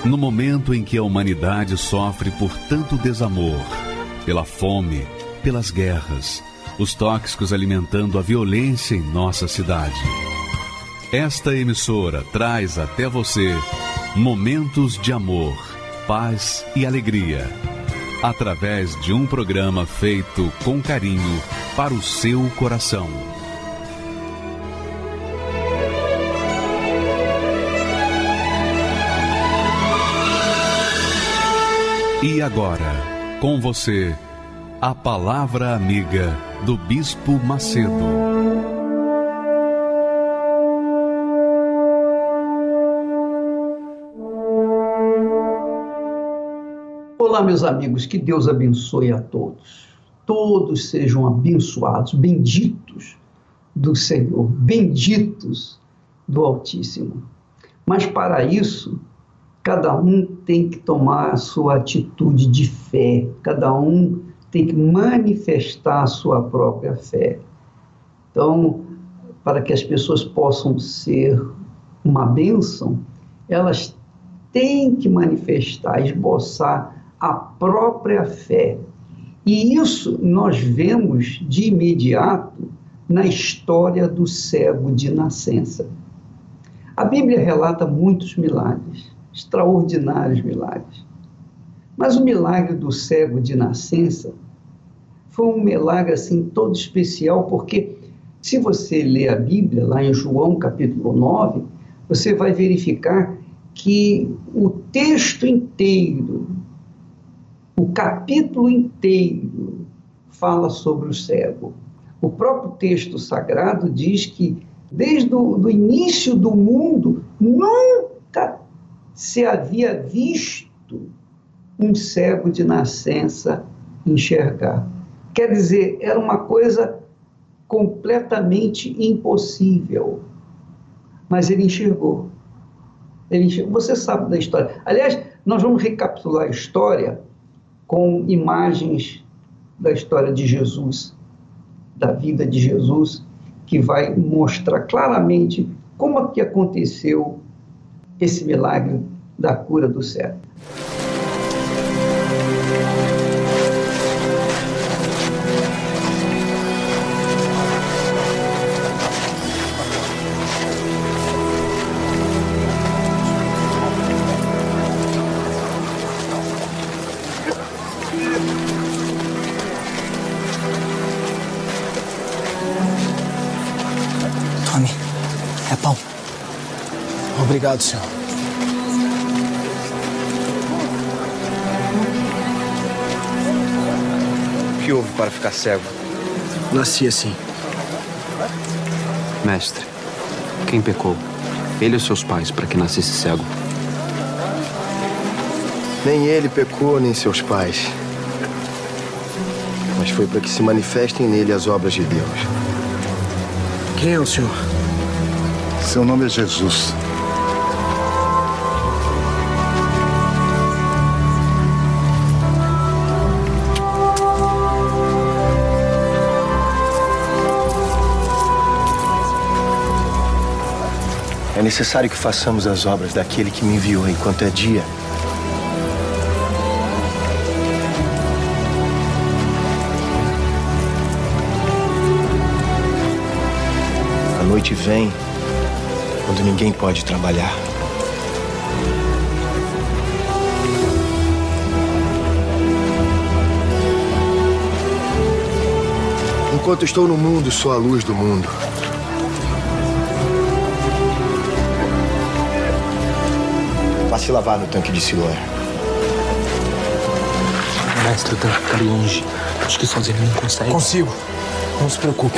No momento em que a humanidade sofre por tanto desamor, pela fome, pelas guerras, os tóxicos alimentando a violência em nossa cidade. Esta emissora traz até você momentos de amor, paz e alegria, através de um programa feito com carinho para o seu coração. E agora, com você, a Palavra Amiga do Bispo Macedo. Olá, meus amigos, que Deus abençoe a todos. Todos sejam abençoados, benditos do Senhor, benditos do Altíssimo. Mas para isso, cada um tem que tomar a sua atitude de fé, cada um tem que manifestar a sua própria fé. Então, para que as pessoas possam ser uma bênção, elas têm que manifestar, esboçar a própria fé. E isso nós vemos de imediato na história do cego de nascença. A Bíblia relata muitos milagres, extraordinários milagres. Mas o milagre do cego de nascença foi um milagre assim todo especial, porque se você ler a Bíblia, lá em João capítulo 9, você vai verificar que o texto inteiro, o capítulo inteiro fala sobre o cego. O próprio texto sagrado diz que desde o início do mundo nunca se havia visto um cego de nascença enxergar. Quer dizer, era uma coisa completamente impossível. Mas ele enxergou. Você sabe da história. Aliás, nós vamos recapitular a história com imagens da história de Jesus, da vida de Jesus, que vai mostrar claramente como é que aconteceu esse milagre da cura do cego. Tome, é pão. Obrigado, senhor. O que houve para ficar cego? Nasci assim. Mestre, quem pecou? Ele ou seus pais para que nascesse cego? Nem ele pecou, nem seus pais. Mas foi para que se manifestem nele as obras de Deus. Quem é o senhor? Seu nome é Jesus. É necessário que façamos as obras daquele que me enviou enquanto é dia. A noite vem quando ninguém pode trabalhar. Enquanto estou no mundo, sou a luz do mundo. Vá se lavar no tanque de Siloé. Mestre, o tanque fica longe. Acho que sozinho ele não consegue. Consigo. Não se preocupe.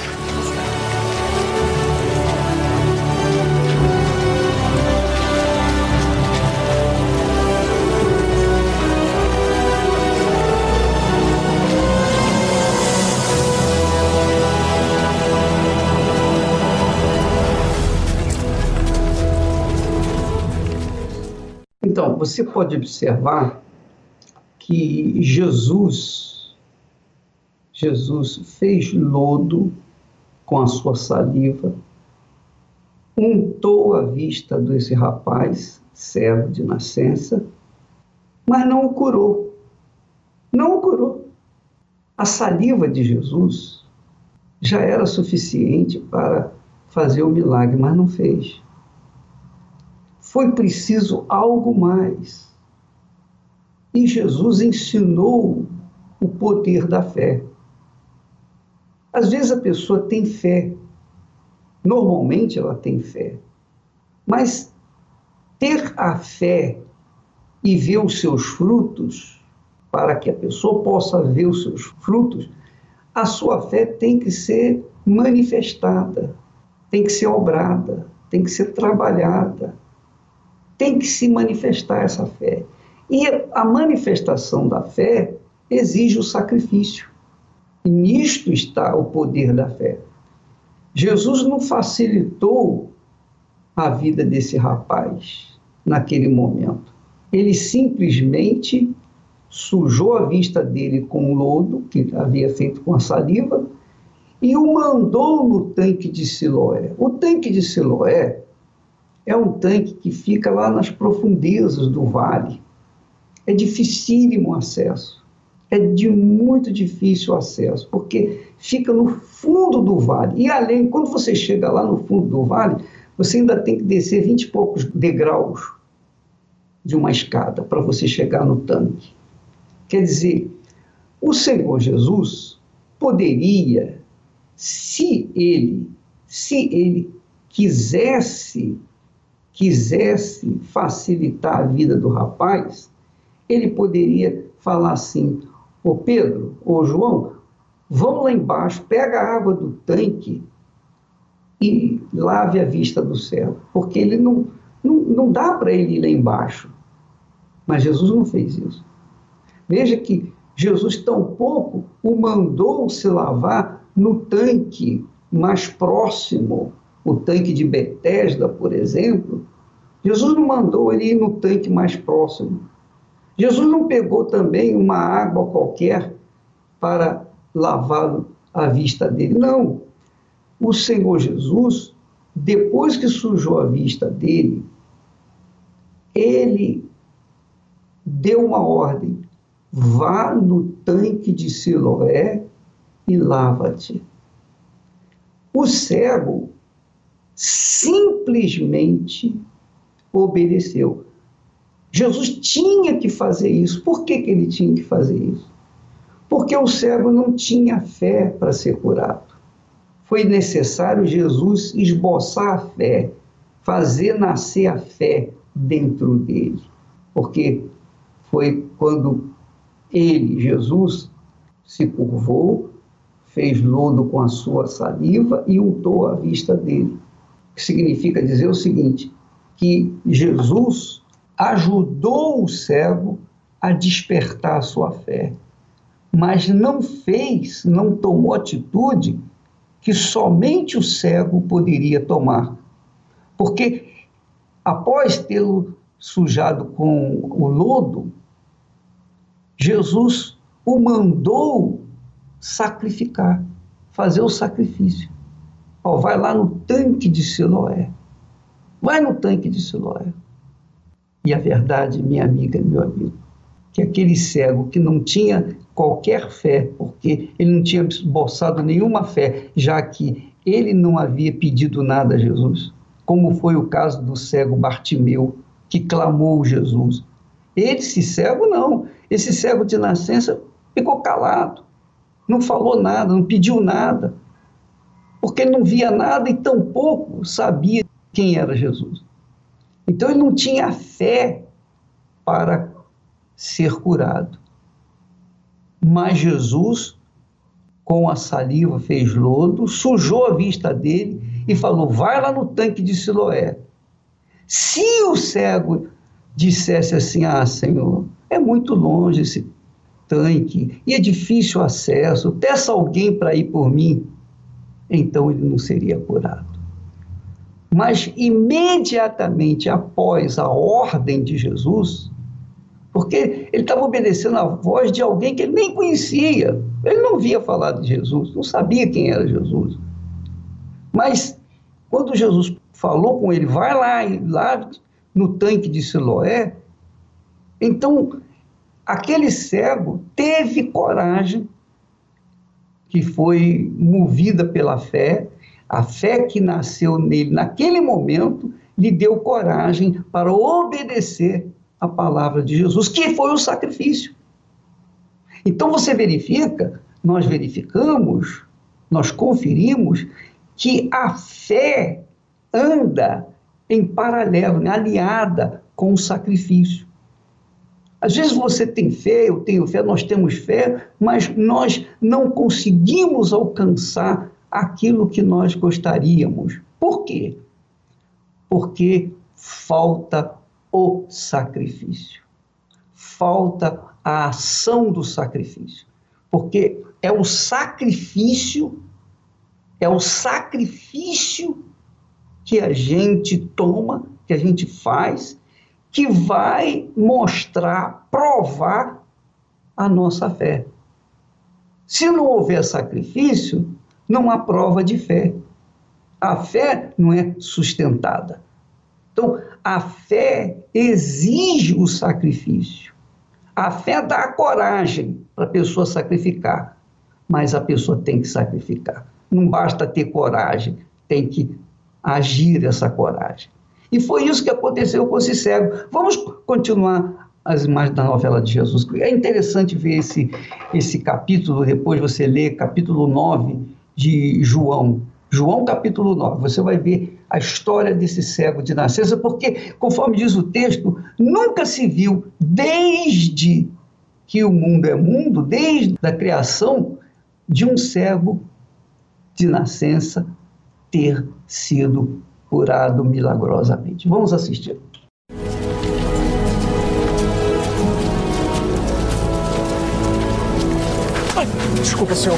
Então, você pode observar que Jesus fez lodo com a sua saliva, untou a vista desse rapaz cego de nascença, mas não o curou. Não o curou. A saliva de Jesus já era suficiente para fazer o milagre, mas não fez. Foi preciso algo mais. E Jesus ensinou o poder da fé. Às vezes a pessoa tem fé. Normalmente ela tem fé. Mas ter a fé e ver os seus frutos, para que a pessoa possa ver os seus frutos, a sua fé tem que ser manifestada, tem que ser obrada, tem que ser trabalhada, tem que se manifestar essa fé. E a manifestação da fé exige o sacrifício. E nisto está o poder da fé. Jesus não facilitou a vida desse rapaz naquele momento. Ele simplesmente sujou a vista dele com lodo, que havia feito com a saliva, e o mandou no tanque de Siloé. O tanque de Siloé é um tanque que fica lá nas profundezas do vale. É dificílimo o acesso. É de muito difícil acesso, porque fica no fundo do vale. E além, quando você chega lá no fundo do vale, você ainda tem que descer 20 e poucos degraus de uma escada para você chegar no tanque. Quer dizer, o Senhor Jesus poderia, se ele quisesse facilitar a vida do rapaz, ele poderia falar assim: ô Pedro, ô João, vão lá embaixo, pega a água do tanque e lave a vista do céu, porque ele não dá para ele ir lá embaixo. Mas Jesus não fez isso. Veja que Jesus tampouco o mandou se lavar no tanque mais próximo, o tanque de Betesda, por exemplo. Jesus não mandou ele ir no tanque mais próximo. Jesus não pegou também uma água qualquer para lavar a vista dele. Não. O Senhor Jesus, depois que sujou a vista dele, ele deu uma ordem: vá no tanque de Siloé e lava-te. O cego simplesmente obedeceu. Jesus tinha que fazer isso. Por que ele tinha que fazer isso? Porque o cego não tinha fé para ser curado. Foi necessário Jesus esboçar a fé, fazer nascer a fé dentro dele. Porque foi quando ele, Jesus, se curvou, fez lodo com a sua saliva e untou a vista dele. O que significa dizer o seguinte, que Jesus ajudou o cego a despertar a sua fé, mas não tomou atitude que somente o cego poderia tomar. Porque após tê-lo sujado com o lodo, Jesus o mandou sacrificar, fazer o sacrifício. Vai lá no tanque de Siloé. Vai no tanque de Siloé. E a verdade, minha amiga, meu amigo, que aquele cego que não tinha qualquer fé, porque ele não tinha esboçado nenhuma fé, já que ele não havia pedido nada a Jesus, como foi o caso do cego Bartimeu, que clamou Jesus. Esse cego não, esse cego de nascença ficou calado, não falou nada, não pediu nada, porque ele não via nada e tampouco sabia quem era Jesus. Então ele não tinha fé para ser curado. Mas Jesus, com a saliva, fez lodo, sujou a vista dele e falou: vai lá no tanque de Siloé. Se o cego dissesse assim: ah, Senhor, é muito longe esse tanque e é difícil o acesso, peça alguém para ir por mim, então ele não seria curado. Mas imediatamente após a ordem de Jesus, porque ele estava obedecendo a voz de alguém que ele nem conhecia, ele não via falar de Jesus, não sabia quem era Jesus. Mas quando Jesus falou com ele: vai lá e lave, no tanque de Siloé. Então, aquele cego teve coragem, que foi movida pela fé, a fé que nasceu nele naquele momento, lhe deu coragem para obedecer a palavra de Jesus, que foi o sacrifício. Então você verifica, nós verificamos, nós conferimos que a fé anda em paralelo, né, aliada com o sacrifício. Às vezes você tem fé, eu tenho fé, nós temos fé, mas nós não conseguimos alcançar aquilo que nós gostaríamos. Por quê? Porque falta o sacrifício. Falta a ação do sacrifício. Porque é o sacrifício que a gente toma, que a gente faz, que vai mostrar, provar a nossa fé. Se não houver sacrifício, não há prova de fé. A fé não é sustentada. Então, a fé exige o sacrifício. A fé dá a coragem para a pessoa sacrificar, mas a pessoa tem que sacrificar. Não basta ter coragem, tem que agir essa coragem. E foi isso que aconteceu com esse cego. Vamos continuar as imagens da novela de Jesus. É interessante ver esse capítulo, depois você lê capítulo 9 de João. João capítulo 9, você vai ver a história desse cego de nascença, porque, conforme diz o texto, nunca se viu, desde que o mundo é mundo, desde a criação, de um cego de nascença ter sido curado milagrosamente. Vamos assistir. Desculpa, senhor.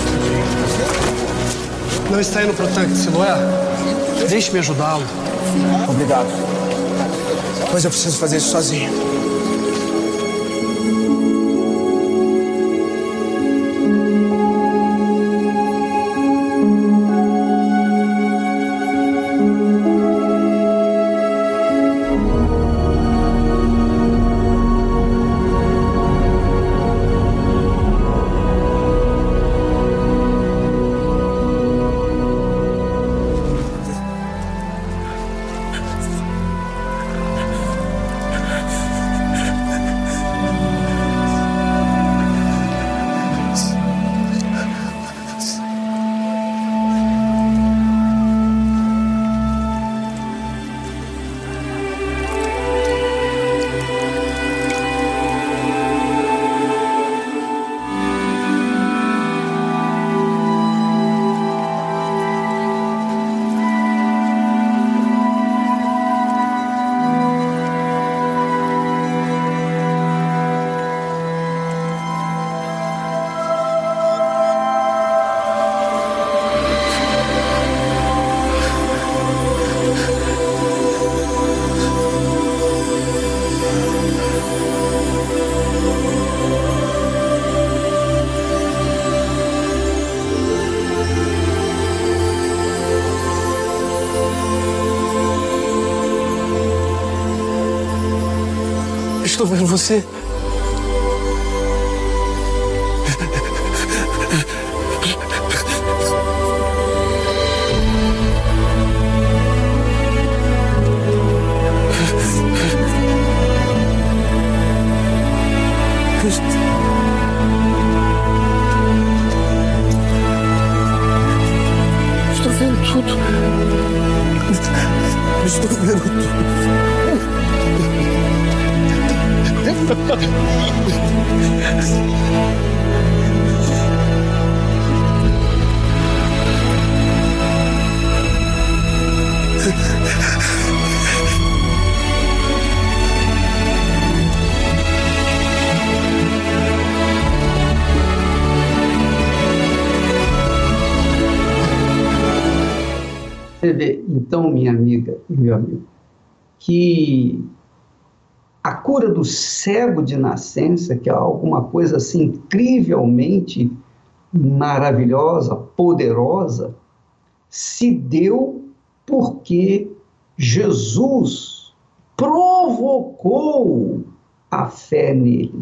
Não está indo para o tanque de Siloé? Deixe-me ajudá-lo. Obrigado. Pois eu preciso fazer isso sozinho. Estou vendo você. Estou vendo tudo. Estou vendo tudo. Você vê, então, minha amiga e meu amigo, que a cura do cego de nascença, que é alguma coisa assim incrivelmente maravilhosa, poderosa, se deu porque Jesus provocou a fé nele,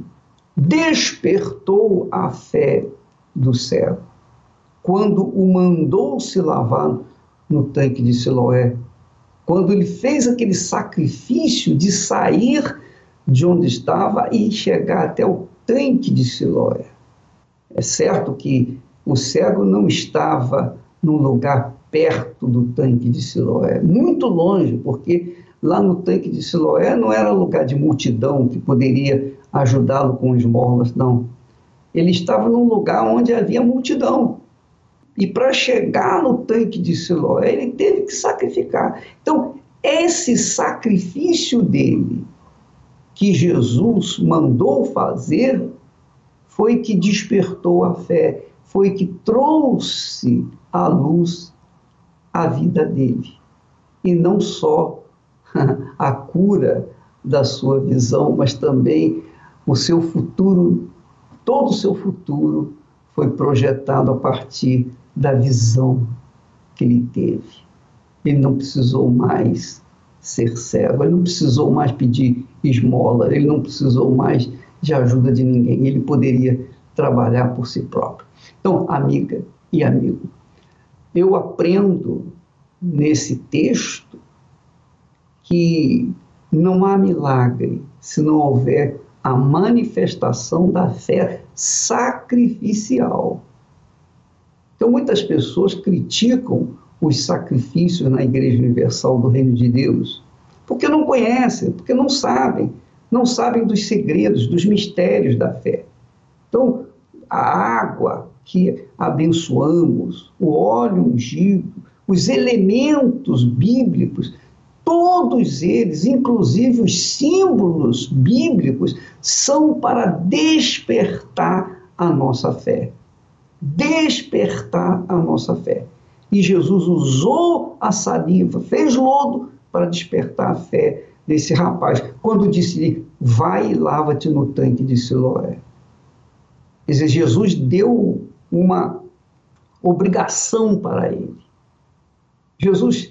despertou a fé do cego. Quando o mandou se lavar no tanque de Siloé, quando ele fez aquele sacrifício de sair de onde estava e chegar até o tanque de Siloé. É certo que o cego não estava num lugar perto do tanque de Siloé, muito longe, porque lá no tanque de Siloé não era lugar de multidão que poderia ajudá-lo com esmolas, não. Ele estava num lugar onde havia multidão. E para chegar no tanque de Siloé, ele teve que sacrificar. Então, esse sacrifício dele, que Jesus mandou fazer, foi que despertou a fé, foi que trouxe à luz a vida dele. E não só a cura da sua visão, mas também o seu futuro, todo o seu futuro foi projetado a partir da visão que ele teve. Ele não precisou mais ser cego, ele não precisou mais pedir esmola, ele não precisou mais de ajuda de ninguém, ele poderia trabalhar por si próprio. Então, amiga e amigo, eu aprendo nesse texto que não há milagre se não houver a manifestação da fé sacrificial. Então, muitas pessoas criticam os sacrifícios na Igreja Universal do Reino de Deus, porque não conhecem, porque não sabem dos segredos, dos mistérios da fé. Então, a água que abençoamos, o óleo ungido, os elementos bíblicos, todos eles, inclusive os símbolos bíblicos, são para despertar a nossa fé. Despertar a nossa fé. E Jesus usou a saliva, fez lodo para despertar a fé desse rapaz, quando disse-lhe, vai e lava-te no tanque de Siloé. Quer dizer, Jesus deu uma obrigação para ele. Jesus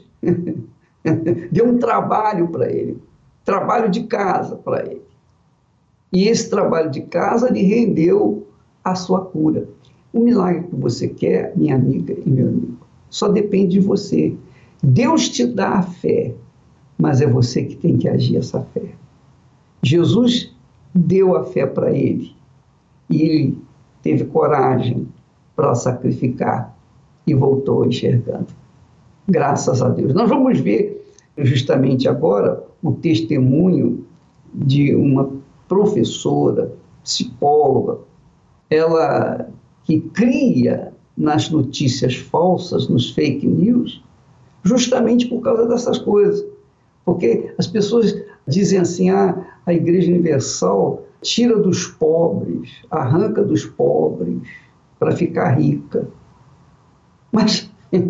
deu um trabalho para ele, trabalho de casa para ele. E esse trabalho de casa lhe rendeu a sua cura. O milagre que você quer, minha amiga e meu amigo, só depende de você. Deus te dá a fé, mas é você que tem que agir essa fé. Jesus deu a fé para ele e ele teve coragem para sacrificar e voltou enxergando. Graças a Deus. Nós vamos ver justamente agora o testemunho de uma professora, psicóloga, ela que cria nas notícias falsas, nos fake news, justamente por causa dessas coisas. Porque as pessoas dizem assim, a Igreja Universal tira dos pobres, arranca dos pobres para ficar rica. Mas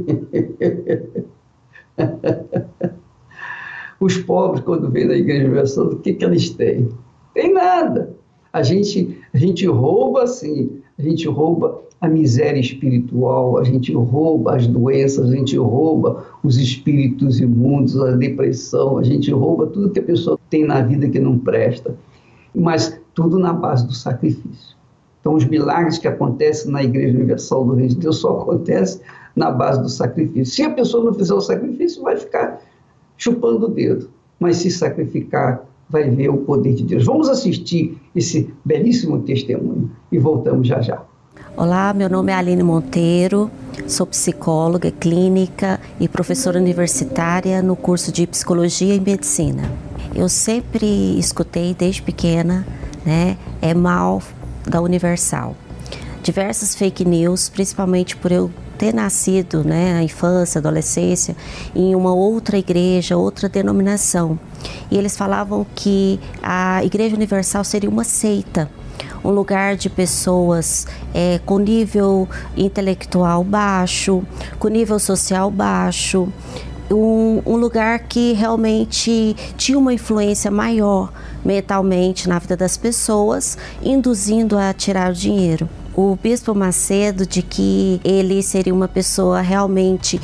os pobres, quando vêm na Igreja Universal, o que eles têm? Tem nada. A gente rouba assim, a gente rouba a miséria espiritual, a gente rouba as doenças, a gente rouba os espíritos imundos, a depressão, a gente rouba tudo que a pessoa tem na vida que não presta, mas tudo na base do sacrifício. Então, os milagres que acontecem na Igreja Universal do Reino de Deus só acontecem na base do sacrifício. Se a pessoa não fizer o sacrifício, vai ficar chupando o dedo, mas se sacrificar, vai ver o poder de Deus. Vamos assistir esse belíssimo testemunho e voltamos já já. Olá, meu nome é Aline Monteiro, sou psicóloga clínica e professora universitária no curso de Psicologia e Medicina. Eu sempre escutei desde pequena, é mal da Universal. Diversas fake news, principalmente por eu ter nascido, na infância, adolescência, em uma outra igreja, outra denominação. E eles falavam que a Igreja Universal seria uma seita, um lugar de pessoas com nível intelectual baixo, com nível social baixo, um lugar que realmente tinha uma influência maior mentalmente na vida das pessoas, induzindo a tirar o dinheiro. O Bispo Macedo, de que ele seria uma pessoa realmente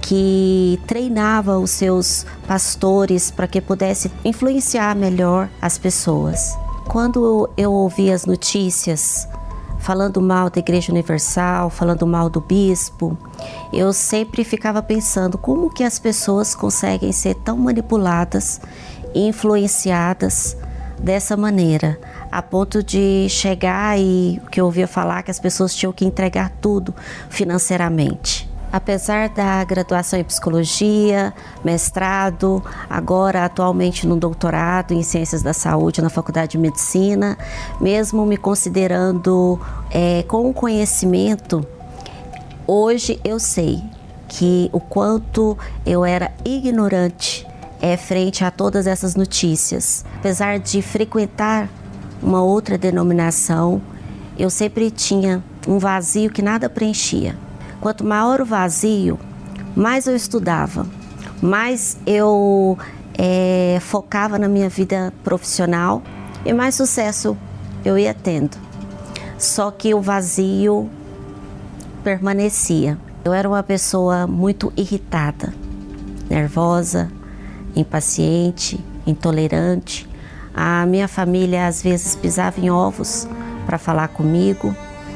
que treinava os seus pastores para que pudesse influenciar melhor as pessoas. Quando eu ouvia as notícias falando mal da Igreja Universal, falando mal do bispo, eu sempre ficava pensando como que as pessoas conseguem ser tão manipuladas e influenciadas dessa maneira, a ponto de chegar e que eu ouvia falar que as pessoas tinham que entregar tudo financeiramente. Apesar da graduação em psicologia, mestrado, agora atualmente no doutorado em ciências da saúde na Faculdade de Medicina, mesmo me considerando com conhecimento, hoje eu sei que o quanto eu era ignorante frente a todas essas notícias. Apesar de frequentar uma outra denominação, eu sempre tinha um vazio que nada preenchia. Quanto maior o vazio, mais eu estudava, mais eu focava na minha vida profissional e mais sucesso eu ia tendo. Só que o vazio permanecia. Eu era uma pessoa muito irritada, nervosa, impaciente, intolerante. A minha família às vezes pisava em ovos para falar comigo.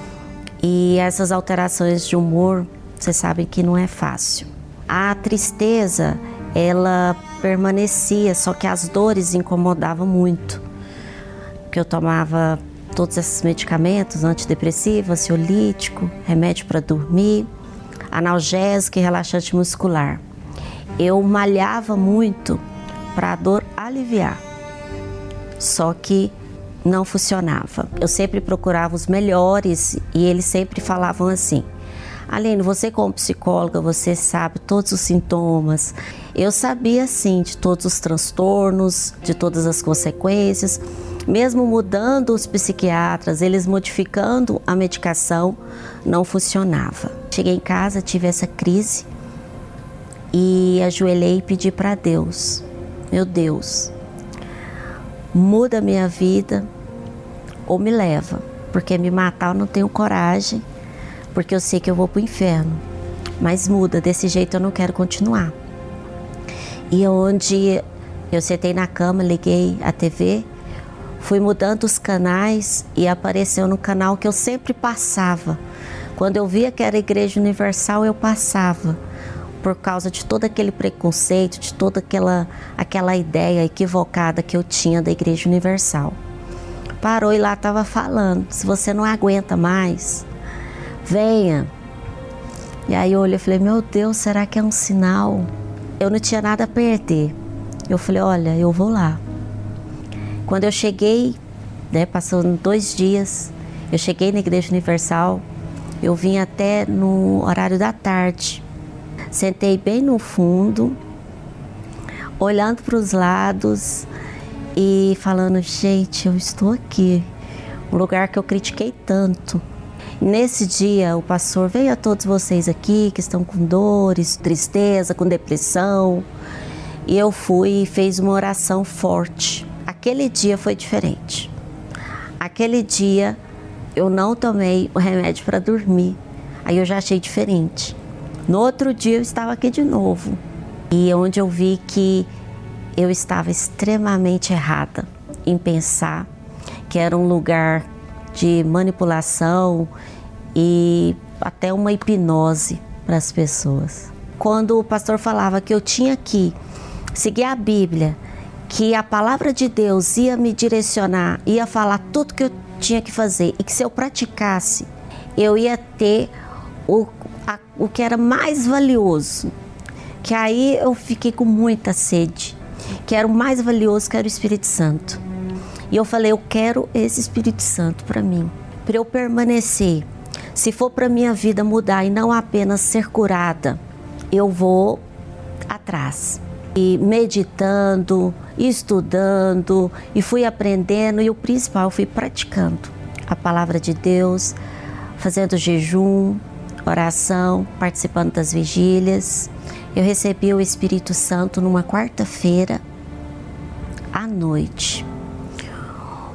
E essas alterações de humor, vocês sabem que não é fácil. A tristeza, ela permanecia, só que as dores incomodavam muito. Porque eu tomava todos esses medicamentos, antidepressivo, ansiolítico, remédio para dormir, analgésico e relaxante muscular. Eu malhava muito para a dor aliviar, só que não funcionava. Eu sempre procurava os melhores e eles sempre falavam assim: Aline, você como psicóloga, você sabe todos os sintomas. Eu sabia sim de todos os transtornos, de todas as consequências. Mesmo mudando os psiquiatras, eles modificando a medicação, não funcionava. Cheguei em casa, tive essa crise e ajoelhei e pedi para Deus: meu Deus, muda a minha vida ou me leva, porque me matar eu não tenho coragem, porque eu sei que eu vou para o inferno, mas muda, desse jeito eu não quero continuar. E onde eu sentei na cama, liguei a TV, fui mudando os canais e apareceu no canal que eu sempre passava. Quando eu via que era Igreja Universal, eu passava, por causa de todo aquele preconceito, de toda aquela ideia equivocada que eu tinha da Igreja Universal. Parou e lá estava falando: se você não aguenta mais, venha. E aí eu olhei e falei: meu Deus, será que é um sinal? Eu não tinha nada a perder. Eu falei: olha, eu vou lá. Quando eu cheguei, passando 2 dias, eu cheguei na Igreja Universal, eu vim até no horário da tarde. Sentei bem no fundo, olhando para os lados e falando: gente, eu estou aqui, um lugar que eu critiquei tanto. Nesse dia, o pastor: veio a todos vocês aqui que estão com dores, tristeza, com depressão. E eu fui e fiz uma oração forte. Aquele dia foi diferente. Aquele dia eu não tomei o remédio para dormir. Aí eu já achei diferente. No outro dia eu estava aqui de novo. E onde eu vi que eu estava extremamente errada em pensar que era um lugar de manipulação e até uma hipnose para as pessoas. Quando o pastor falava que eu tinha que seguir a Bíblia, que a palavra de Deus ia me direcionar, ia falar tudo que eu tinha que fazer e que se eu praticasse, eu ia ter o que era mais valioso, que aí eu fiquei com muita sede, que era o mais valioso, que era o Espírito Santo. E eu falei: eu quero esse Espírito Santo para mim, para eu permanecer. Se for para minha vida mudar e não apenas ser curada, eu vou atrás. E meditando, estudando, e fui aprendendo, e o principal, eu fui praticando a palavra de Deus, fazendo jejum, oração, participando das vigílias. Eu recebi o Espírito Santo numa quarta-feira à noite.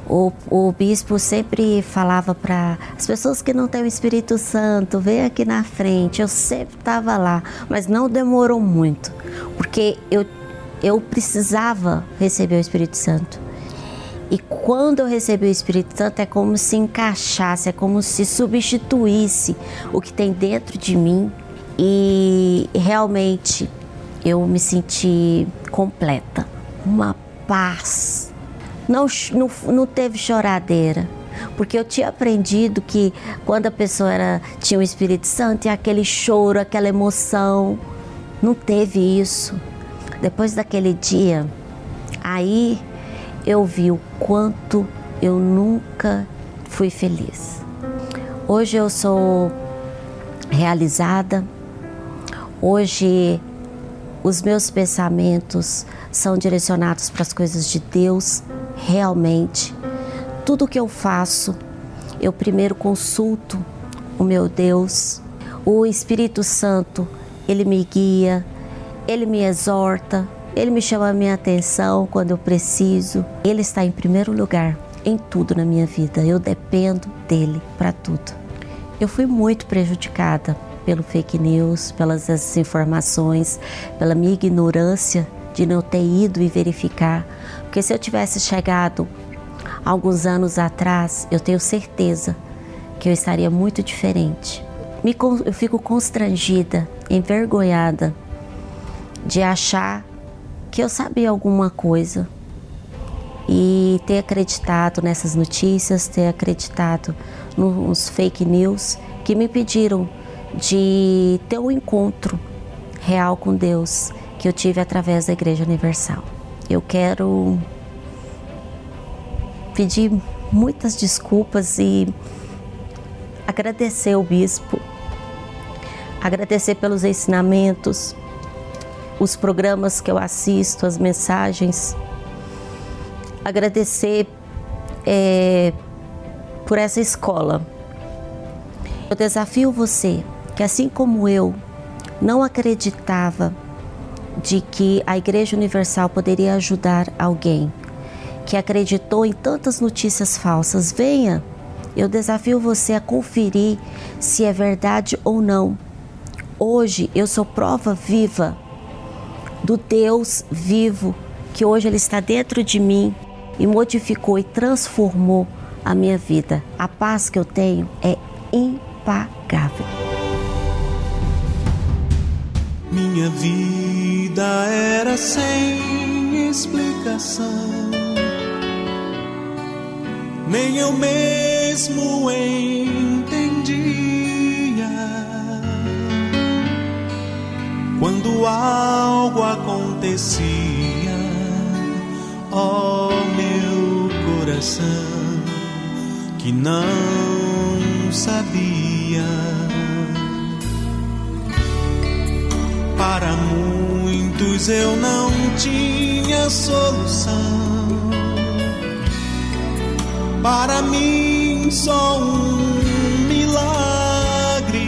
O bispo sempre falava para as pessoas que não têm o Espírito Santo, vem aqui na frente. Eu sempre estava lá, mas não demorou muito, porque eu precisava receber o Espírito Santo. E quando eu recebi o Espírito Santo, é como se encaixasse, é como se substituísse o que tem dentro de mim. E realmente eu me senti completa, uma paz. Não teve choradeira, porque eu tinha aprendido que quando a pessoa tinha o Espírito Santo, e aquele choro, aquela emoção, não teve isso. Depois daquele dia, aí eu vi o quanto eu nunca fui feliz. Hoje eu sou realizada, hoje os meus pensamentos são direcionados para as coisas de Deus. Realmente, tudo que eu faço, eu primeiro consulto o meu Deus. O Espírito Santo, Ele me guia, Ele me exorta, Ele me chama a minha atenção quando eu preciso. Ele está em primeiro lugar em tudo na minha vida. Eu dependo dEle para tudo. Eu fui muito prejudicada pelo fake news, pelas desinformações, pela minha ignorância de não ter ido e verificar. Porque se eu tivesse chegado alguns anos atrás, eu tenho certeza que eu estaria muito diferente. Eu fico constrangida, envergonhada de achar que eu sabia alguma coisa e ter acreditado nessas notícias, ter acreditado nos fake news que me pediram de ter um encontro real com Deus que eu tive através da Igreja Universal. Eu quero pedir muitas desculpas e agradecer ao bispo, agradecer pelos ensinamentos, os programas que eu assisto, as mensagens, agradecer por essa escola. Eu desafio você que, assim como eu, não acreditava de que a Igreja Universal poderia ajudar alguém, que acreditou em tantas notícias falsas, venha. Eu desafio você a conferir se é verdade ou não. Hoje eu sou prova viva do Deus vivo, que hoje Ele está dentro de mim e modificou e transformou a minha vida. A paz que eu tenho é impagável. Minha vida era sem explicação, nem eu mesmo entendia. Quando algo acontecia, ó meu coração, que não sabia. Para muitos eu não tinha solução, para mim só um milagre.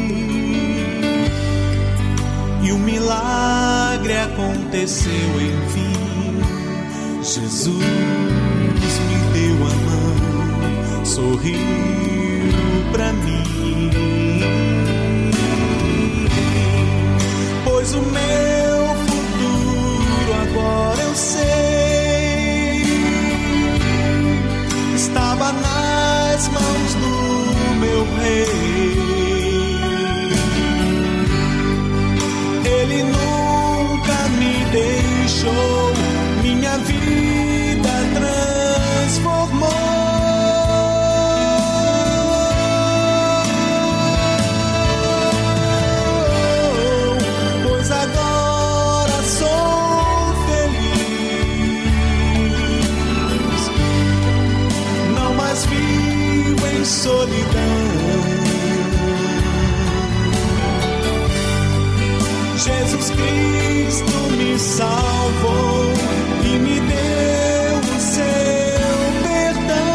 E o milagre aconteceu enfim. Jesus me deu a mão, sorriu pra mim. Pois o meu futuro agora eu sei, estava nas mãos do meu Rei. Ele nunca me deixou, minha vida transformou. Pois agora sou feliz, não mais vivo em solidão. Jesus Cristo me salvou e me deu o seu perdão.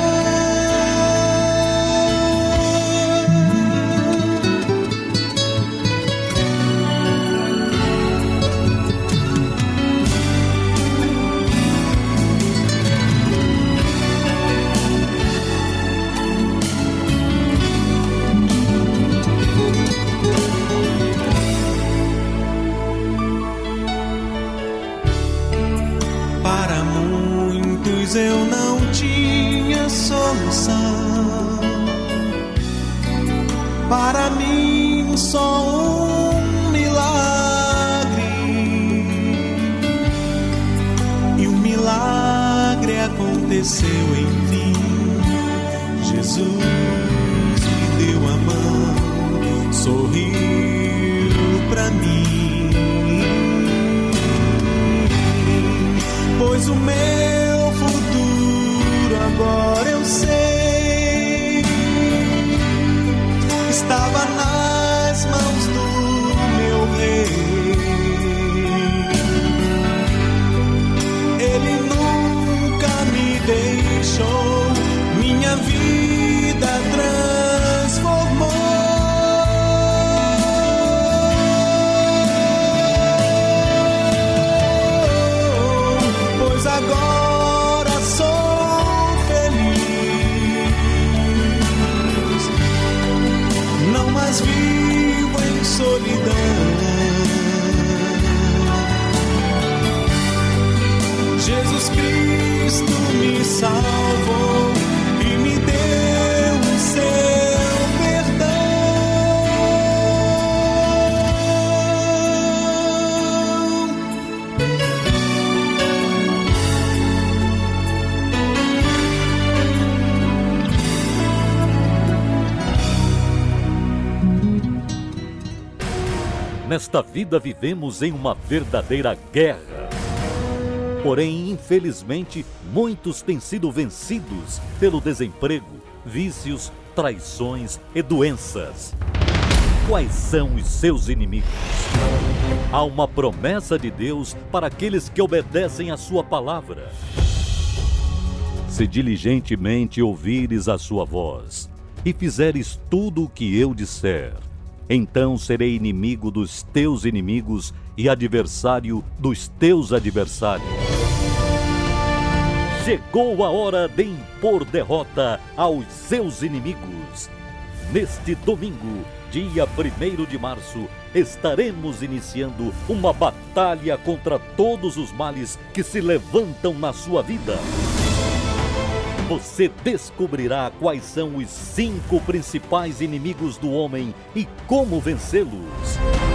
pois eu não tinha solução. Para mim só um milagre, e o milagre aconteceu enfim. Jesus me deu a mão, sorriu pra mim, pois o meu futuro agora eu sei, estava nas mãos do meu rei. Ele nunca me deixou, minha vida transformou. Pois agora sou feliz, não mais vivo em solidão. Jesus Cristo me salvou e me deu o seu perdão. Nesta vida vivemos em uma verdadeira guerra. Porém, infelizmente, muitos têm sido vencidos pelo desemprego, vícios, traições e doenças. Quais são os seus inimigos? Há uma promessa de Deus para aqueles que obedecem à sua palavra. Se diligentemente ouvires a sua voz e fizeres tudo o que eu disser, então serei inimigo dos teus inimigos e adversário dos teus adversários. Chegou a hora de impor derrota aos seus inimigos. Neste domingo, dia 1º de março, estaremos iniciando uma batalha contra todos os males que se levantam na sua vida. Você descobrirá quais são os 5 principais inimigos do homem e como vencê-los.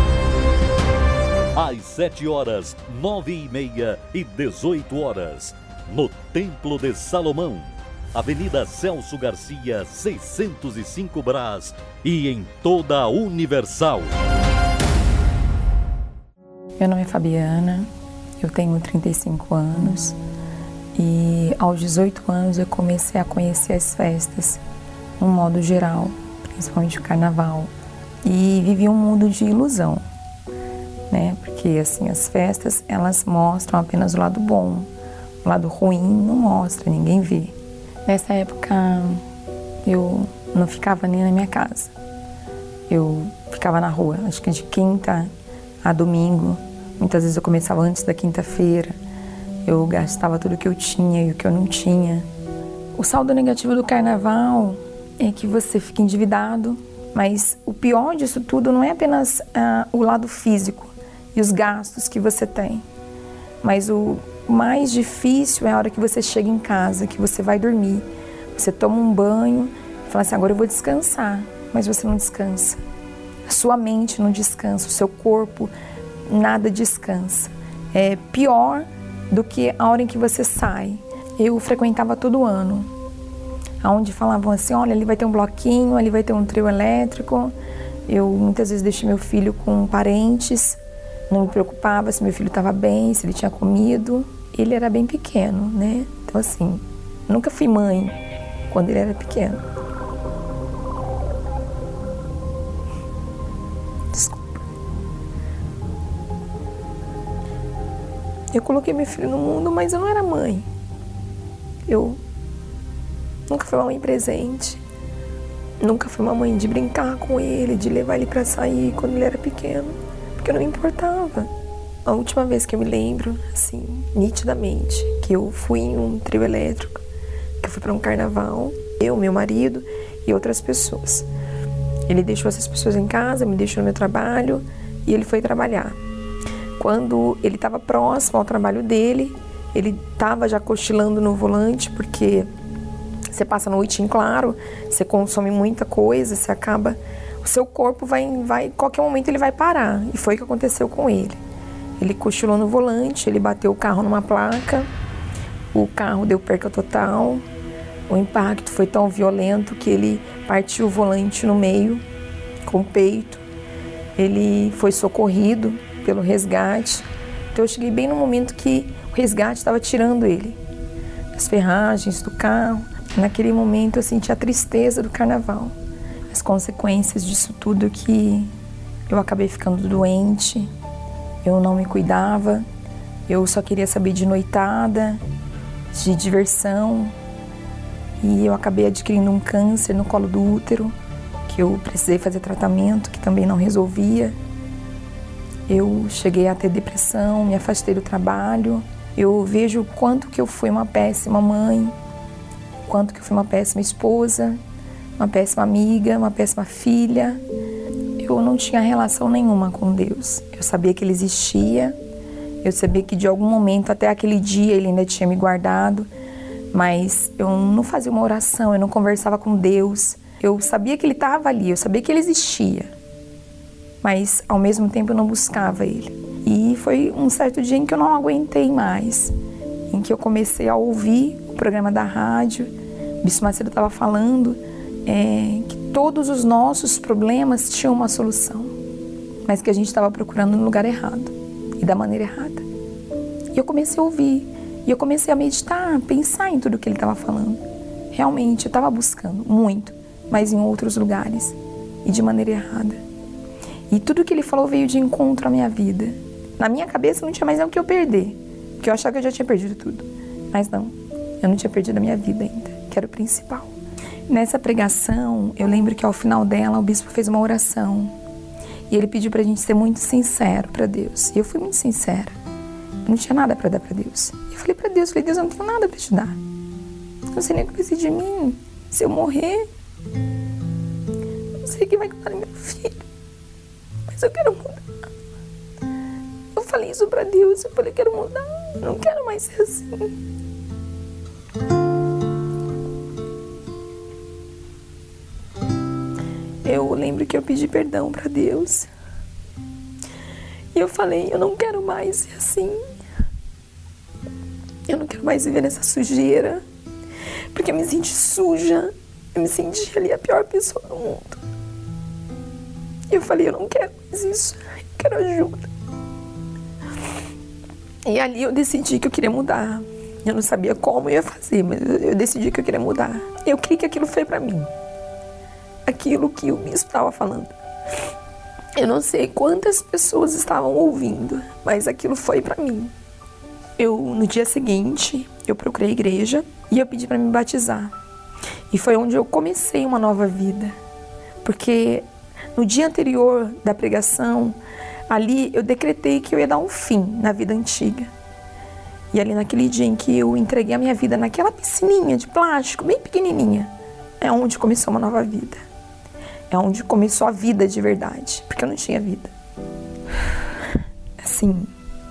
Às 7 horas, 9h30 e 18 horas, no Templo de Salomão, Avenida Celso Garcia, 605 Brás, e em toda a Universal. Meu nome é Fabiana, eu tenho 35 anos e aos 18 anos eu comecei a conhecer as festas, no modo geral, principalmente o carnaval, e vivi um mundo de ilusão, né? Porque assim, as festas, elas mostram apenas o lado bom, o lado ruim não mostra, ninguém vê. Nessa época eu não ficava nem na minha casa, eu ficava na rua, acho que de quinta a domingo. Muitas vezes eu começava antes da quinta-feira, eu gastava tudo que eu tinha e o que eu não tinha. O saldo negativo do carnaval é que você fica endividado, mas o pior disso tudo não é apenas o lado físico e os gastos que você tem, mas o mais difícil é a hora que você chega em casa, que você vai dormir, você toma um banho e fala assim, agora eu vou descansar, mas você não descansa. A sua mente não descansa, o seu corpo nada descansa. É pior do que a hora em que você sai. Eu frequentava todo ano, onde falavam assim, olha, ali vai ter um bloquinho, ali vai ter um trio elétrico. Eu muitas vezes deixei meu filho com parentes, não me preocupava se meu filho estava bem, se ele tinha comido. Ele era bem pequeno, né? Então assim, nunca fui mãe quando ele era pequeno. Desculpa. Eu coloquei meu filho no mundo, mas eu não era mãe. Eu nunca fui uma mãe presente. Nunca fui uma mãe de brincar com ele, de levar ele para sair quando ele era pequeno, porque eu não me importava. A última vez que eu me lembro, assim, nitidamente, que eu fui em um trio elétrico, que eu fui para um carnaval, eu, meu marido e outras pessoas. Ele deixou essas pessoas em casa, me deixou no meu trabalho e ele foi trabalhar. Quando ele estava próximo ao trabalho dele, Ele estava já cochilando no volante, porque você passa a noite em claro, você consome muita coisa, você acaba... O seu corpo vai, qualquer momento ele vai parar. E foi o que aconteceu com ele. Ele cochilou no volante, ele bateu o carro numa placa, o carro deu perca total, o impacto foi tão violento que ele partiu o volante no meio, com o peito. Ele foi socorrido pelo resgate. Então eu cheguei bem no momento que o resgate estava tirando ele das ferragens do carro. Naquele momento eu senti a tristeza do carnaval, as consequências disso tudo, que eu acabei ficando doente, eu não me cuidava, eu só queria saber de noitada, de diversão, e eu acabei adquirindo um câncer no colo do útero, que eu precisei fazer tratamento, que também não resolvia. Eu cheguei a ter depressão, me afastei do trabalho. Eu vejo o quanto que eu fui uma péssima mãe, o quanto que eu fui uma péssima esposa, uma péssima amiga, uma péssima filha. Eu não tinha relação nenhuma com Deus. Eu sabia que Ele existia, eu sabia que de algum momento, até aquele dia, Ele ainda tinha me guardado, mas eu não fazia uma oração, eu não conversava com Deus. Eu sabia que Ele estava ali, eu sabia que Ele existia, mas ao mesmo tempo eu não buscava Ele. E foi um certo dia em que eu não aguentei mais, em que eu comecei a ouvir o programa da rádio. O Bispo Macedo estava falando que todos os nossos problemas tinham uma solução, mas que a gente estava procurando no lugar errado e da maneira errada. E eu comecei a ouvir, e eu comecei a meditar, pensar em tudo que ele estava falando. Realmente, eu estava buscando muito, mas em outros lugares e de maneira errada. E tudo que ele falou veio de encontro à minha vida. Na minha cabeça não tinha mais nem o que eu perder, porque eu achava que eu já tinha perdido tudo. Mas não, eu não tinha perdido a minha vida ainda, que era o principal. Nessa pregação, eu lembro que ao final dela, o bispo fez uma oração. E ele pediu pra gente ser muito sincero pra Deus. E eu fui muito sincera. Eu não tinha nada pra dar pra Deus. Eu falei pra Deus, Deus, eu não tenho nada pra te dar. Eu não sei nem o que vai ser de mim. Se eu morrer, eu não sei quem vai cuidar do meu filho. Mas eu quero mudar. Eu falei isso pra Deus. Eu falei, quero mudar. Eu não quero mais ser assim. Eu lembro que eu pedi perdão para Deus. E eu falei, eu não quero mais ser assim. Eu não quero mais viver nessa sujeira. Porque eu me senti suja. Eu me senti ali a pior pessoa do mundo. E eu falei, eu não quero mais isso. Eu quero ajuda. E ali eu decidi que eu queria mudar. Eu não sabia como eu ia fazer, mas eu decidi que eu queria mudar. Eu queria que aquilo foi para mim. Aquilo que o bispo estava falando. Eu não sei quantas pessoas estavam ouvindo, mas aquilo foi para mim. No dia seguinte, eu procurei a igreja e eu pedi para me batizar. E foi onde eu comecei uma nova vida. Porque no dia anterior da pregação, ali eu decretei que eu ia dar um fim na vida antiga. E ali naquele dia em que eu entreguei a minha vida naquela piscininha de plástico, bem pequenininha, é onde começou uma nova vida. É onde começou a vida de verdade, porque eu não tinha vida. Assim,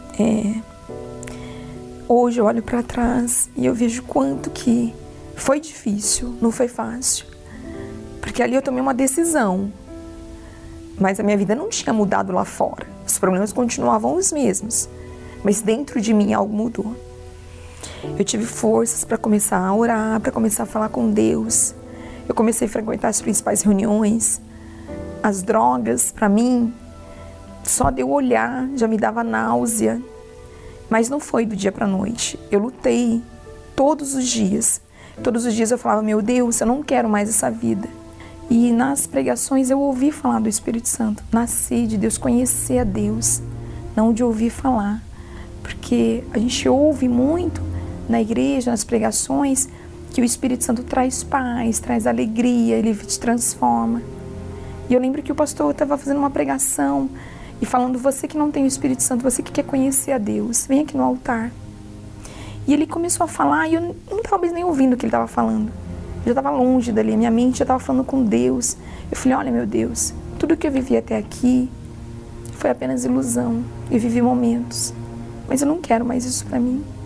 hoje eu olho para trás e eu vejo quanto que foi difícil, não foi fácil. Porque ali eu tomei uma decisão, mas a minha vida não tinha mudado lá fora. Os problemas continuavam os mesmos, mas dentro de mim algo mudou. Eu tive forças para começar a orar, para começar a falar com Deus. Eu comecei a frequentar as principais reuniões. As drogas, para mim, só de eu olhar já me dava náusea. Mas não foi do dia para a noite. Eu lutei todos os dias. Todos os dias eu falava, meu Deus, eu não quero mais essa vida. E nas pregações eu ouvi falar do Espírito Santo. Nasci de Deus, conhecer a Deus, não de ouvir falar. Porque a gente ouve muito na igreja, nas pregações, que o Espírito Santo traz paz, traz alegria, ele te transforma. E eu lembro que o pastor estava fazendo uma pregação e falando, você que não tem o Espírito Santo, você que quer conhecer a Deus, vem aqui no altar. E ele começou a falar e eu não estava mais nem ouvindo o que ele estava falando. Eu já estava longe dali, minha mente já estava falando com Deus. Eu falei, olha meu Deus, tudo que eu vivi até aqui foi apenas ilusão. Eu vivi momentos, mas eu não quero mais isso para mim.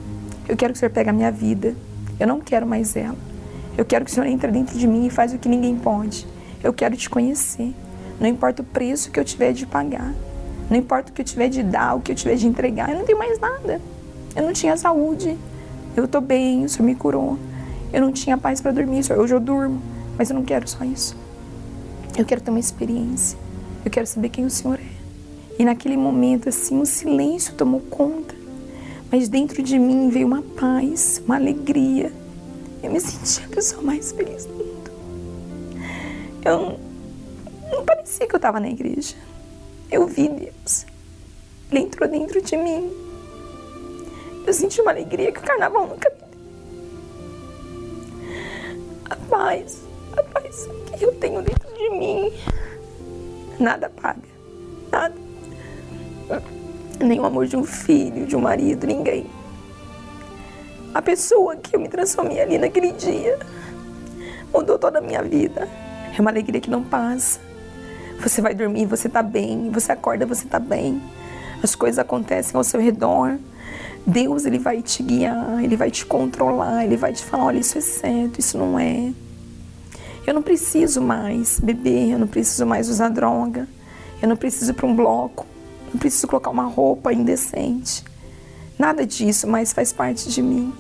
Eu quero que o Senhor pegue a minha vida. Eu não quero mais ela. Eu quero que o Senhor entre dentro de mim e faz o que ninguém pode. Eu quero te conhecer. Não importa o preço que eu tiver de pagar. Não importa o que eu tiver de dar, o que eu tiver de entregar. Eu não tenho mais nada. Eu não tinha saúde. Eu estou bem, o Senhor me curou. Eu não tinha paz para dormir, Senhor. Hoje eu durmo. Mas eu não quero só isso. Eu quero ter uma experiência. Eu quero saber quem o Senhor é. E naquele momento, assim, um silêncio tomou conta. Mas dentro de mim veio uma paz, uma alegria. Eu me senti a pessoa mais feliz do mundo. Eu não parecia que eu estava na igreja. Eu vi Deus. Ele entrou dentro de mim. Eu senti uma alegria que o carnaval nunca me deu. A paz que eu tenho dentro de mim, nada paga, nada. Nem o amor de um filho, de um marido, ninguém. A pessoa que eu me transformei ali naquele dia mudou toda a minha vida. É uma alegria que não passa. Você vai dormir, você tá bem. Você acorda, você tá bem. As coisas acontecem ao seu redor. Deus, Ele vai te guiar, Ele vai te controlar, Ele vai te falar, olha, isso é certo, isso não é. Eu não preciso mais beber, eu não preciso mais usar droga, eu não preciso ir para um bloco, não preciso colocar uma roupa indecente. Nada disso mais faz parte de mim.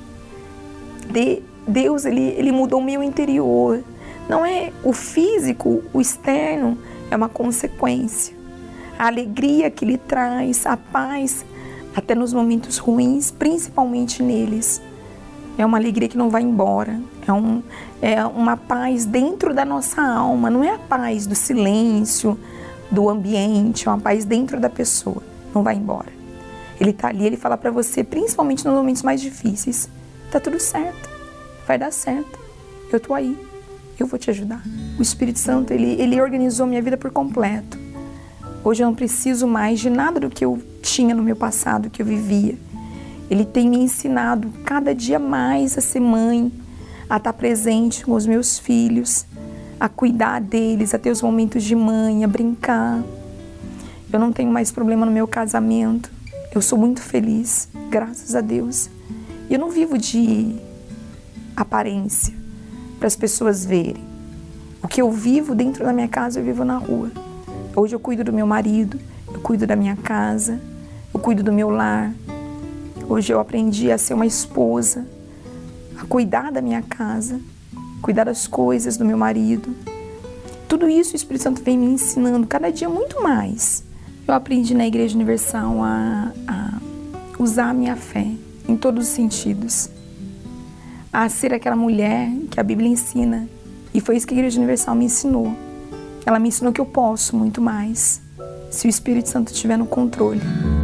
Deus, ele mudou o meu interior. Não é o físico, o externo, é uma consequência. A alegria que Ele traz, a paz, até nos momentos ruins, principalmente neles. É uma alegria que não vai embora. É uma paz dentro da nossa alma. Não é a paz do silêncio, do ambiente. É uma paz dentro da pessoa. Não vai embora. Ele está ali, Ele fala para você, principalmente nos momentos mais difíceis. Tá tudo certo. Vai dar certo. Eu tô aí. Eu vou te ajudar. O Espírito Santo, ele organizou minha vida por completo. Hoje eu não preciso mais de nada do que eu tinha no meu passado, que eu vivia. Ele tem me ensinado cada dia mais a ser mãe, a estar presente com os meus filhos, a cuidar deles, a ter os momentos de mãe, a brincar. Eu não tenho mais problema no meu casamento. Eu sou muito feliz, graças a Deus. E eu não vivo de aparência para as pessoas verem. O que eu vivo dentro da minha casa, eu vivo na rua. Hoje eu cuido do meu marido, eu cuido da minha casa, eu cuido do meu lar. Hoje eu aprendi a ser uma esposa, a cuidar da minha casa, cuidar das coisas do meu marido. Tudo isso o Espírito Santo vem me ensinando cada dia muito mais. Eu aprendi na Igreja Universal a usar a minha fé em todos os sentidos. A ser aquela mulher que a Bíblia ensina. E foi isso que a Igreja Universal me ensinou. Ela me ensinou que eu posso muito mais, se o Espírito Santo estiver no controle.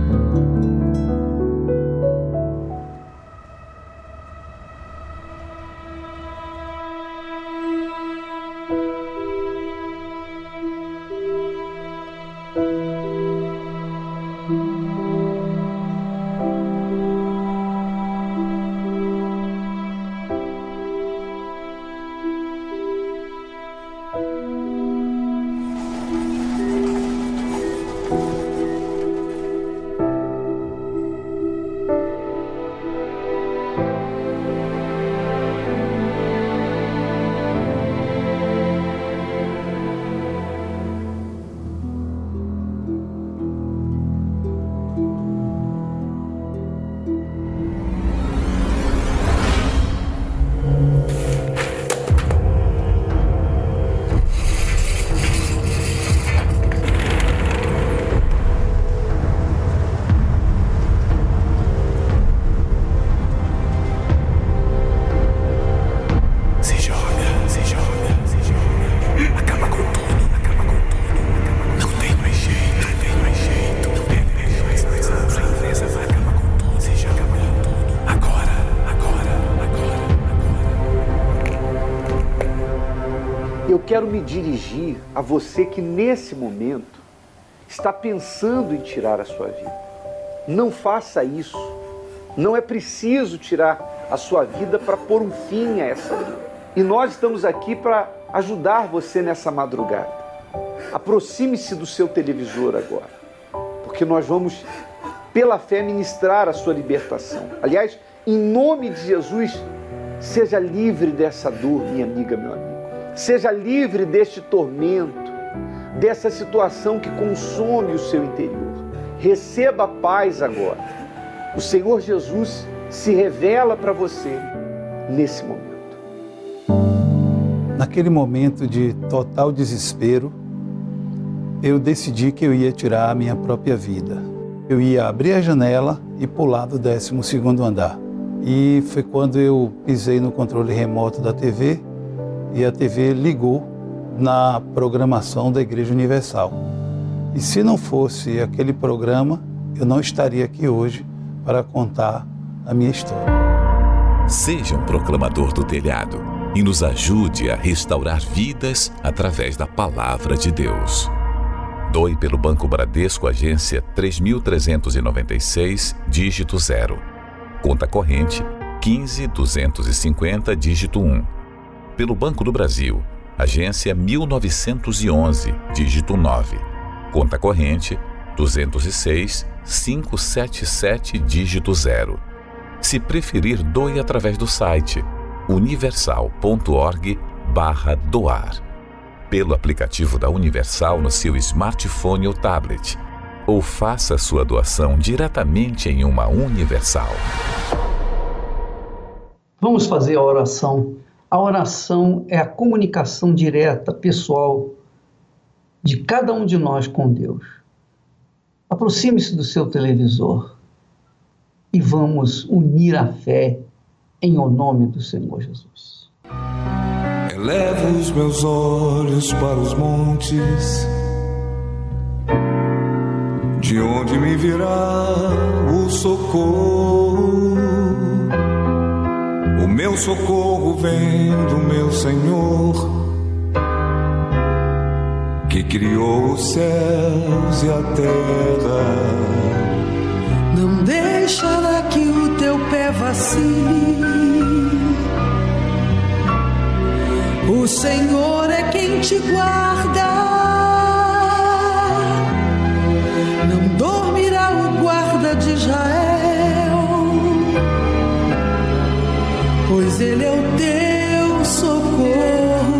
Eu quero me dirigir a você que nesse momento está pensando em tirar a sua vida. Não faça isso. Não é preciso tirar a sua vida para pôr um fim a essa vida. E nós estamos aqui para ajudar você nessa madrugada. Aproxime-se do seu televisor agora, porque nós vamos, pela fé, ministrar a sua libertação. Aliás, Em nome de Jesus, seja livre dessa dor, minha amiga, meu amigo. Seja livre deste tormento, dessa situação que consome o seu interior. Receba a paz agora. O Senhor Jesus se revela para você nesse momento. Naquele momento de total desespero, eu decidi que eu ia tirar a minha própria vida. Eu ia abrir a janela e pular do 12º andar. E foi quando eu pisei no controle remoto da TV e a TV ligou na programação da Igreja Universal. E se não fosse aquele programa, eu não estaria aqui hoje para contar a minha história. Seja um proclamador do telhado e nos ajude a restaurar vidas através da Palavra de Deus. Doe pelo Banco Bradesco, agência 3.396, dígito 0. Conta corrente 15.250, dígito 1. Pelo Banco do Brasil, agência 1911, dígito 9. Conta corrente 206.577, dígito 0. Se preferir, doe através do site universal.org/doar. Pelo aplicativo da Universal no seu smartphone ou tablet. Ou faça sua doação diretamente em uma Universal. Vamos fazer a oração. A oração é a comunicação direta, pessoal, de cada um de nós com Deus. Aproxime-se do seu televisor e vamos unir a fé em o nome do Senhor Jesus. Elevo os meus olhos para os montes, de onde me virá o socorro. O meu socorro vem do meu Senhor, que criou os céus e a terra. Não deixará que o teu pé vacile. O Senhor é quem te guarda. Não dormirá o guarda de Israel, pois Ele é o teu socorro.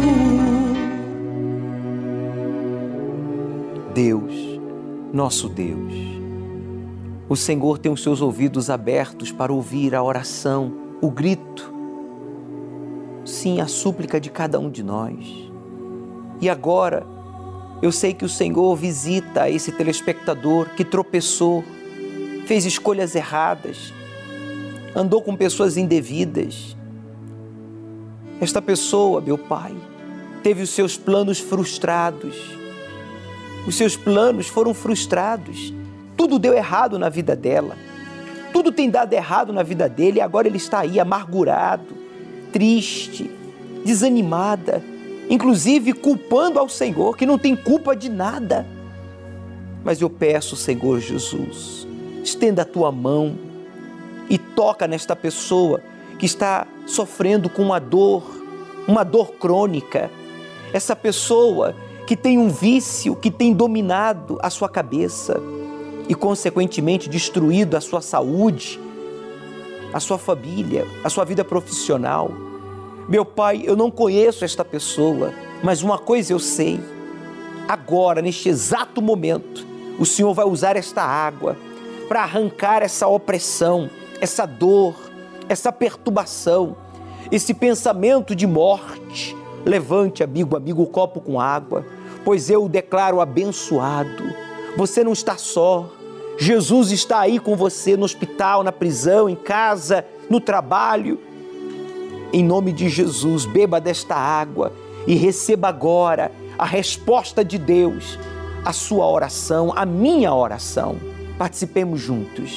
Deus, nosso Deus, o Senhor tem os seus ouvidos abertos para ouvir a oração, o grito, sim, a súplica de cada um de nós. E agora, eu sei que o Senhor visita esse telespectador que tropeçou, fez escolhas erradas, andou com pessoas indevidas. Esta pessoa, meu Pai, teve os seus planos frustrados. Os seus planos foram frustrados. Tudo deu errado na vida dela. Tudo tem dado errado na vida dele e agora ele está aí amargurado, triste, desanimada, inclusive culpando ao Senhor, que não tem culpa de nada. Mas eu peço, Senhor Jesus, estenda a tua mão e toca nesta pessoa que está sofrendo com uma dor crônica. Essa pessoa que tem um vício que tem dominado a sua cabeça e, consequentemente, destruído a sua saúde, a sua família, a sua vida profissional. Meu Pai, eu não conheço esta pessoa, mas uma coisa eu sei. Agora, neste exato momento, o Senhor vai usar esta água para arrancar essa opressão, essa dor, essa perturbação, esse pensamento de morte. Levante, amigo, o copo com água, pois eu o declaro abençoado. Você não está só. Jesus está aí com você no hospital, na prisão, em casa, no trabalho. Em nome de Jesus, beba desta água e receba agora a resposta de Deus, a sua oração, a minha oração. Participemos juntos.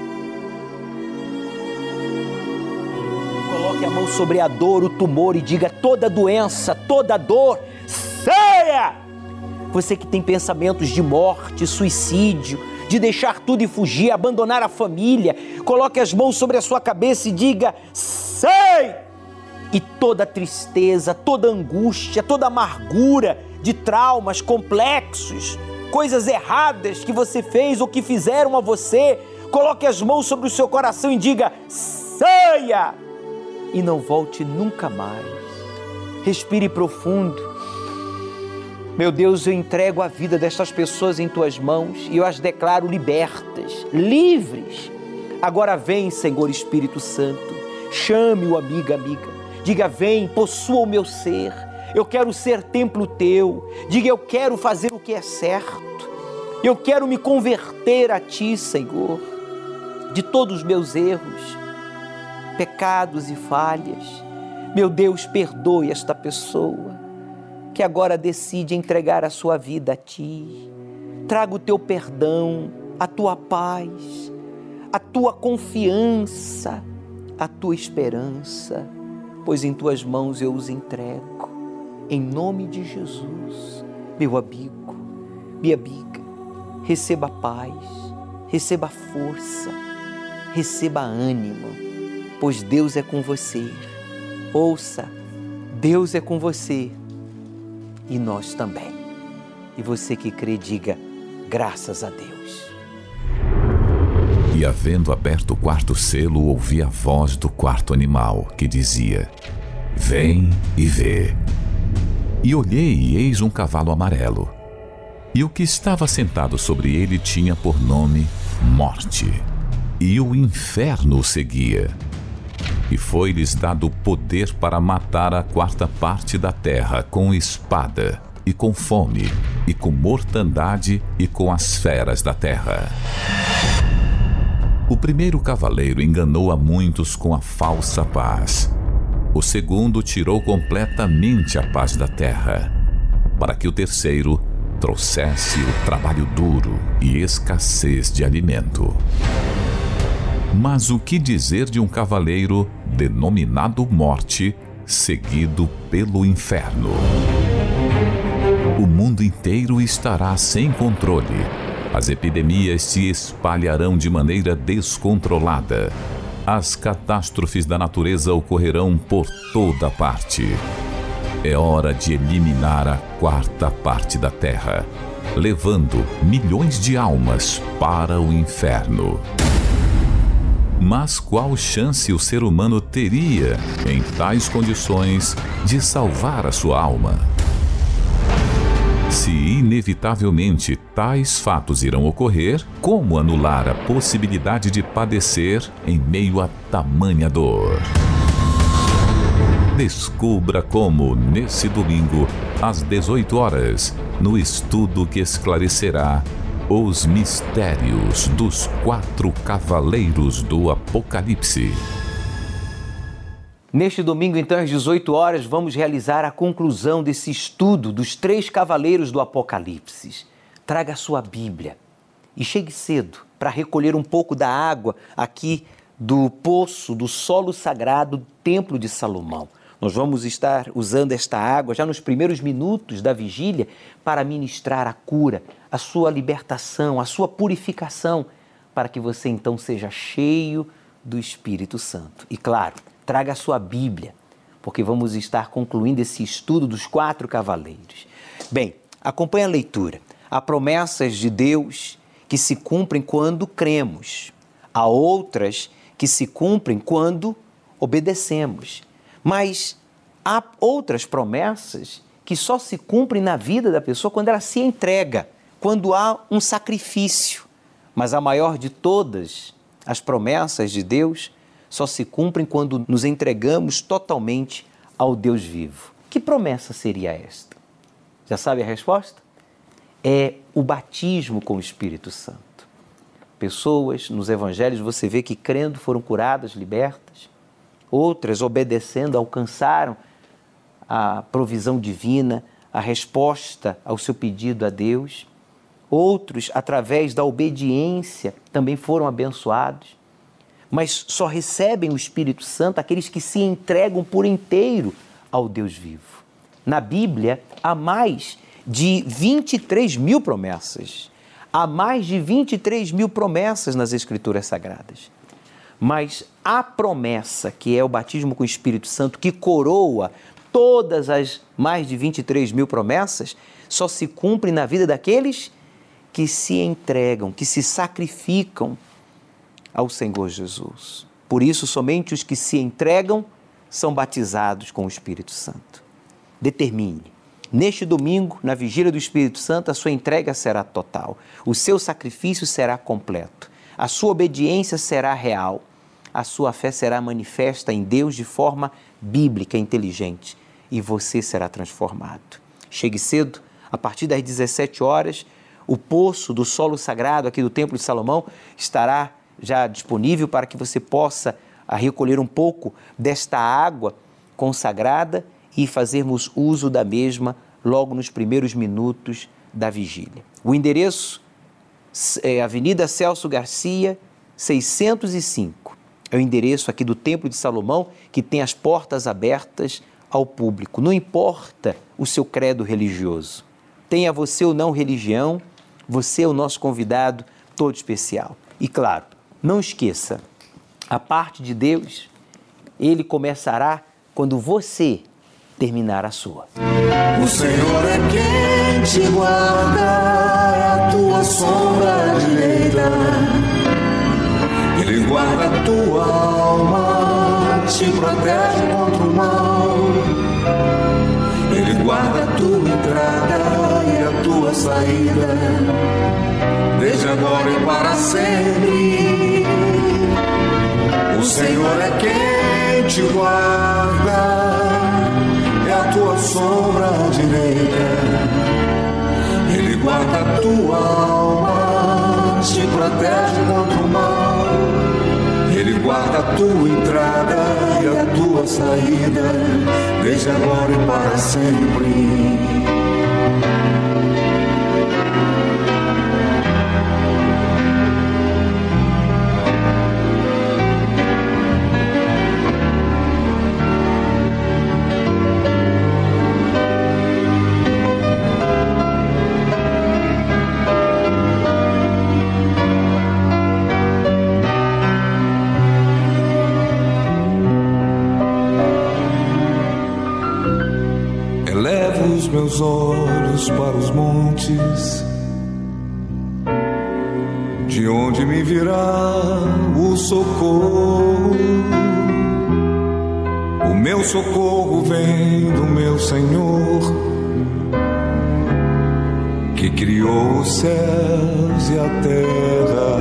Coloque a mão sobre a dor, o tumor e diga: toda doença, toda dor, saia! Você que tem pensamentos de morte, suicídio, de deixar tudo e fugir, abandonar a família, coloque as mãos sobre a sua cabeça e diga: sai! E toda tristeza, toda angústia, toda amargura de traumas complexos, coisas erradas que você fez ou que fizeram a você, coloque as mãos sobre o seu coração e diga: sai! saia e não volte nunca mais. Respire profundo. Meu Deus, eu entrego a vida destas pessoas em Tuas mãos e eu as declaro libertas, livres. Agora vem, Senhor Espírito Santo, chame o amiga. Diga, vem, possua o meu ser. Eu quero ser templo Teu. Diga, eu quero fazer o que é certo. Eu quero me converter a Ti, Senhor, de todos os meus erros, pecados e falhas. Meu Deus, perdoe esta pessoa que agora decide entregar a sua vida a Ti. Traga o Teu perdão, a Tua paz, a Tua confiança, a Tua esperança, pois em Tuas mãos eu os entrego. Em nome de Jesus, meu amigo, minha amiga, receba paz, receba força, receba ânimo, pois Deus é com você. Ouça, Deus é com você e nós também. E você que crê, diga graças a Deus. E havendo aberto o quarto selo, ouvi a voz do quarto animal, que dizia: Vem e vê. E olhei, e eis um cavalo amarelo. E o que estava sentado sobre ele tinha por nome Morte. E o inferno o seguia. E foi-lhes dado poder para matar a quarta parte da terra com espada, e com fome, e com mortandade, e com as feras da terra. O primeiro cavaleiro enganou a muitos com a falsa paz. O segundo tirou completamente a paz da terra, para que o terceiro trouxesse o trabalho duro e escassez de alimento. Mas o que dizer de um cavaleiro denominado Morte, seguido pelo inferno? O mundo inteiro estará sem controle. As epidemias se espalharão de maneira descontrolada. As catástrofes da natureza ocorrerão por toda parte. É hora de eliminar a quarta parte da terra, levando milhões de almas para o inferno. Mas qual chance o ser humano teria, em tais condições, de salvar a sua alma? Se inevitavelmente tais fatos irão ocorrer, como anular a possibilidade de padecer em meio a tamanha dor? Descubra como, nesse domingo, às 18 horas, no estudo que esclarecerá os mistérios dos 4 cavaleiros do Apocalipse. Neste domingo, então, às 18 horas, vamos realizar a conclusão desse estudo dos 3 cavaleiros do Apocalipse. Traga a sua Bíblia e chegue cedo para recolher um pouco da água aqui do poço, do solo sagrado do Templo de Salomão. Nós vamos estar usando esta água já nos primeiros minutos da vigília para ministrar a cura, a sua libertação, a sua purificação, para que você então seja cheio do Espírito Santo. E claro, traga a sua Bíblia, porque vamos estar concluindo esse estudo dos 4 cavaleiros. Bem, acompanhe a leitura. Há promessas de Deus que se cumprem quando cremos. Há outras que se cumprem quando obedecemos. Mas há outras promessas que só se cumprem na vida da pessoa quando ela se entrega, quando há um sacrifício. Mas a maior de todas as promessas de Deus só se cumprem quando nos entregamos totalmente ao Deus vivo. Que promessa seria esta? Já sabe a resposta? É o batismo com o Espírito Santo. Pessoas nos evangelhos, você vê que crendo foram curadas, libertas. Outras, obedecendo, alcançaram a provisão divina, a resposta ao seu pedido a Deus. Outros, através da obediência, também foram abençoados. Mas só recebem o Espírito Santo aqueles que se entregam por inteiro ao Deus vivo. Na Bíblia, há mais de 23 mil promessas. Há mais de 23 mil promessas nas Escrituras Sagradas. Mas a promessa, que é o batismo com o Espírito Santo, que coroa todas as mais de 23 mil promessas, só se cumpre na vida daqueles que se entregam, que se sacrificam ao Senhor Jesus. Por isso, somente os que se entregam são batizados com o Espírito Santo. Determine. Neste domingo, na vigília do Espírito Santo, a sua entrega será total. O seu sacrifício será completo. A sua obediência será real. A sua fé será manifesta em Deus de forma bíblica, inteligente. E você será transformado. Chegue cedo, a partir das 17 horas, o poço do solo sagrado aqui do Templo de Salomão estará já disponível para que você possa recolher um pouco desta água consagrada e fazermos uso da mesma logo nos primeiros minutos da vigília. O endereço é Avenida Celso Garcia, 605. É o endereço aqui do Templo de Salomão, que tem as portas abertas ao público. Não importa o seu credo religioso. Tenha você ou não religião, você é o nosso convidado todo especial. E claro, não esqueça, a parte de Deus, Ele começará quando você terminar a sua. O Senhor é quem te guarda, é a tua sombra direita. Ele guarda a tua alma, te protege contra o mal. Ele guarda a tua entrada e a tua saída, desde agora e para sempre. O Senhor é quem te guarda, é a tua sombra direita. Ele guarda a tua alma, te protege contra o mal. Ele guarda a tua entrada e a tua saída, desde agora e para sempre. Meus olhos para os montes, de onde me virá o socorro? O meu socorro vem do meu Senhor, que criou os céus e a terra.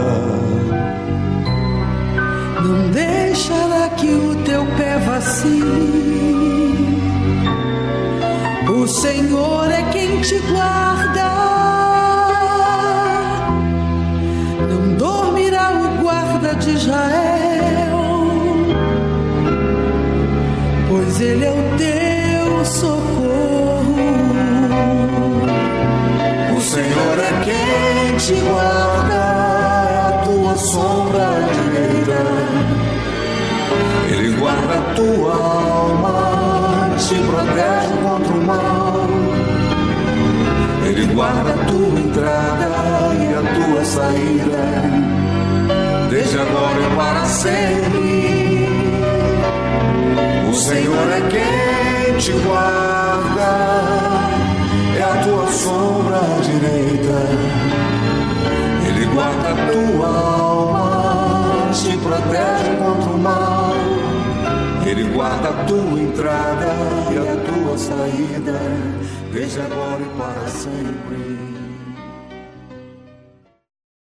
Não deixará que o teu pé vacile. O Senhor é quem te guarda, não dormirá o guarda de Israel, pois Ele é o teu socorro. O Senhor é quem te guarda, é a tua sombra direita. Ele guarda a tua alma, te protege contra o mal. Ele guarda a tua entrada e a tua saída, desde agora e para sempre. O Senhor é quem te guarda, é a tua sombra direita. Ele guarda a tua alma, te protege contra o mal. Ele guarda a tua entrada e a tua saída, desde agora e para sempre.